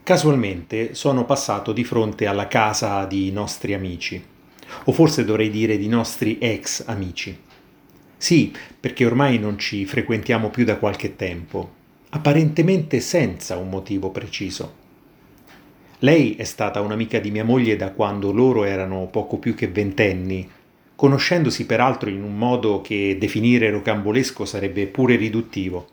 Casualmente sono passato di fronte alla casa di nostri amici, o forse dovrei dire di nostri ex amici. Sì, perché ormai non ci frequentiamo più da qualche tempo, apparentemente senza un motivo preciso. Lei è stata un'amica di mia moglie da quando loro erano poco più che ventenni, conoscendosi peraltro in un modo che definire rocambolesco sarebbe pure riduttivo.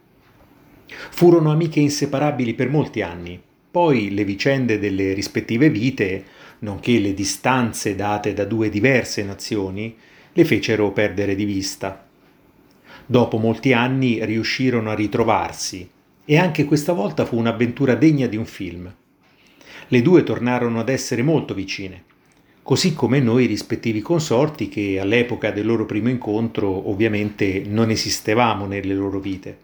Furono amiche inseparabili per molti anni, poi le vicende delle rispettive vite, nonché le distanze date da due diverse nazioni, le fecero perdere di vista. Dopo molti anni riuscirono a ritrovarsi e anche questa volta fu un'avventura degna di un film. Le due tornarono ad essere molto vicine, così come noi rispettivi consorti che all'epoca del loro primo incontro ovviamente non esistevamo nelle loro vite.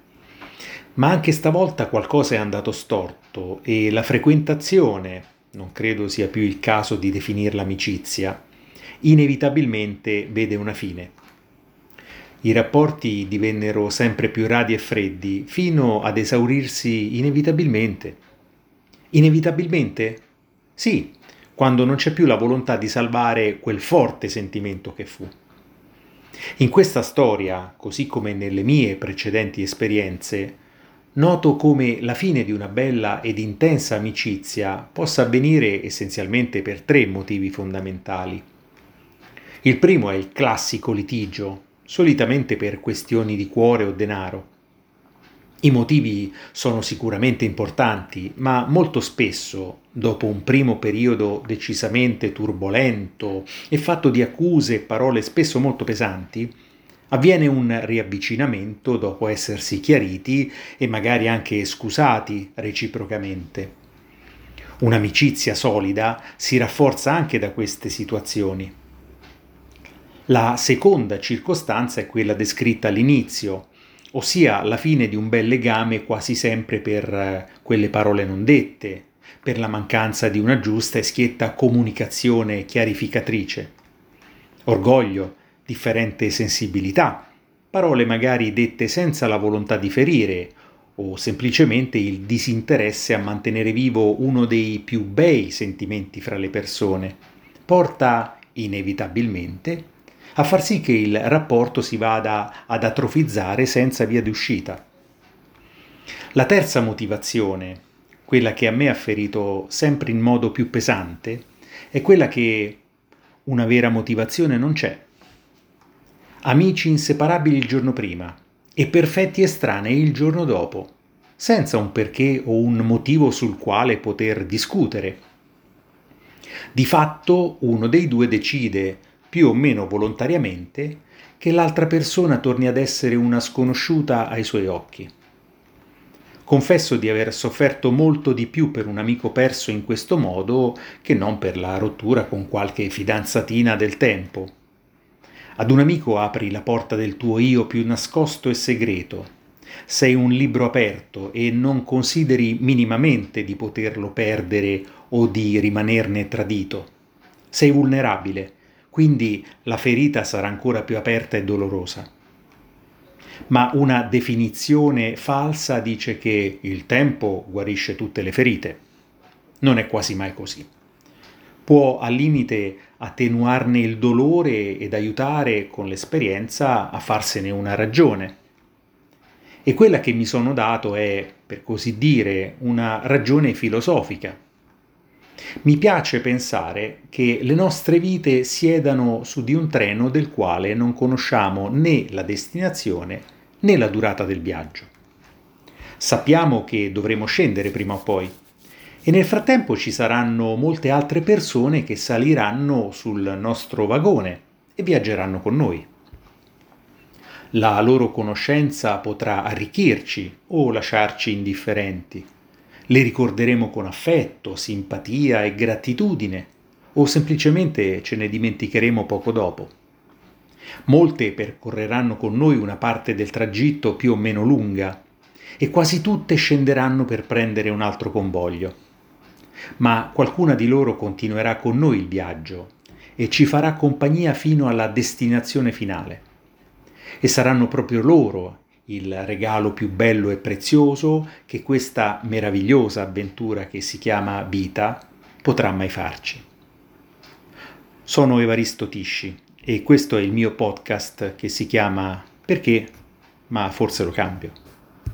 Ma anche stavolta qualcosa è andato storto e la frequentazione, non credo sia più il caso di definirla amicizia, inevitabilmente vede una fine. I rapporti divennero sempre più radi e freddi, fino ad esaurirsi inevitabilmente. Inevitabilmente? Sì, quando non c'è più la volontà di salvare quel forte sentimento che fu. In questa storia, così come nelle mie precedenti esperienze, noto come la fine di una bella ed intensa amicizia possa avvenire essenzialmente per tre motivi fondamentali. Il primo è il classico litigio, solitamente per questioni di cuore o denaro. I motivi sono sicuramente importanti, ma molto spesso, dopo un primo periodo decisamente turbolento e fatto di accuse e parole spesso molto pesanti, avviene un riavvicinamento dopo essersi chiariti e magari anche scusati reciprocamente. Un'amicizia solida si rafforza anche da queste situazioni. La seconda circostanza è quella descritta all'inizio, ossia la fine di un bel legame quasi sempre per quelle parole non dette, per la mancanza di una giusta e schietta comunicazione chiarificatrice. Orgoglio, differente sensibilità, parole magari dette senza la volontà di ferire o semplicemente il disinteresse a mantenere vivo uno dei più bei sentimenti fra le persone, porta inevitabilmente a far sì che il rapporto si vada ad atrofizzare senza via d'uscita. La terza motivazione, quella che a me ha ferito sempre in modo più pesante, è quella che una vera motivazione non c'è. Amici inseparabili il giorno prima e perfetti estranei il giorno dopo, senza un perché o un motivo sul quale poter discutere. Di fatto uno dei due decide, più o meno volontariamente, che l'altra persona torni ad essere una sconosciuta ai suoi occhi. Confesso di aver sofferto molto di più per un amico perso in questo modo che non per la rottura con qualche fidanzatina del tempo. Ad un amico apri la porta del tuo io più nascosto e segreto. Sei un libro aperto e non consideri minimamente di poterlo perdere o di rimanerne tradito. Sei vulnerabile, quindi la ferita sarà ancora più aperta e dolorosa. Ma una definizione falsa dice che il tempo guarisce tutte le ferite. Non è quasi mai così. Può al limite attenuarne il dolore ed aiutare con l'esperienza a farsene una ragione. E quella che mi sono dato è, per così dire, una ragione filosofica. Mi piace pensare che le nostre vite siedano su di un treno del quale non conosciamo né la destinazione né la durata del viaggio. Sappiamo che dovremo scendere prima o poi e nel frattempo ci saranno molte altre persone che saliranno sul nostro vagone e viaggeranno con noi. La loro conoscenza potrà arricchirci o lasciarci indifferenti. Le ricorderemo con affetto, simpatia e gratitudine, o semplicemente ce ne dimenticheremo poco dopo. Molte percorreranno con noi una parte del tragitto più o meno lunga, e quasi tutte scenderanno per prendere un altro convoglio. Ma qualcuna di loro continuerà con noi il viaggio e ci farà compagnia fino alla destinazione finale. E saranno proprio loro il regalo più bello e prezioso che questa meravigliosa avventura che si chiama vita potrà mai farci. Sono Evaristo Tisci e questo è il mio podcast che si chiama Perché? Ma forse lo cambio.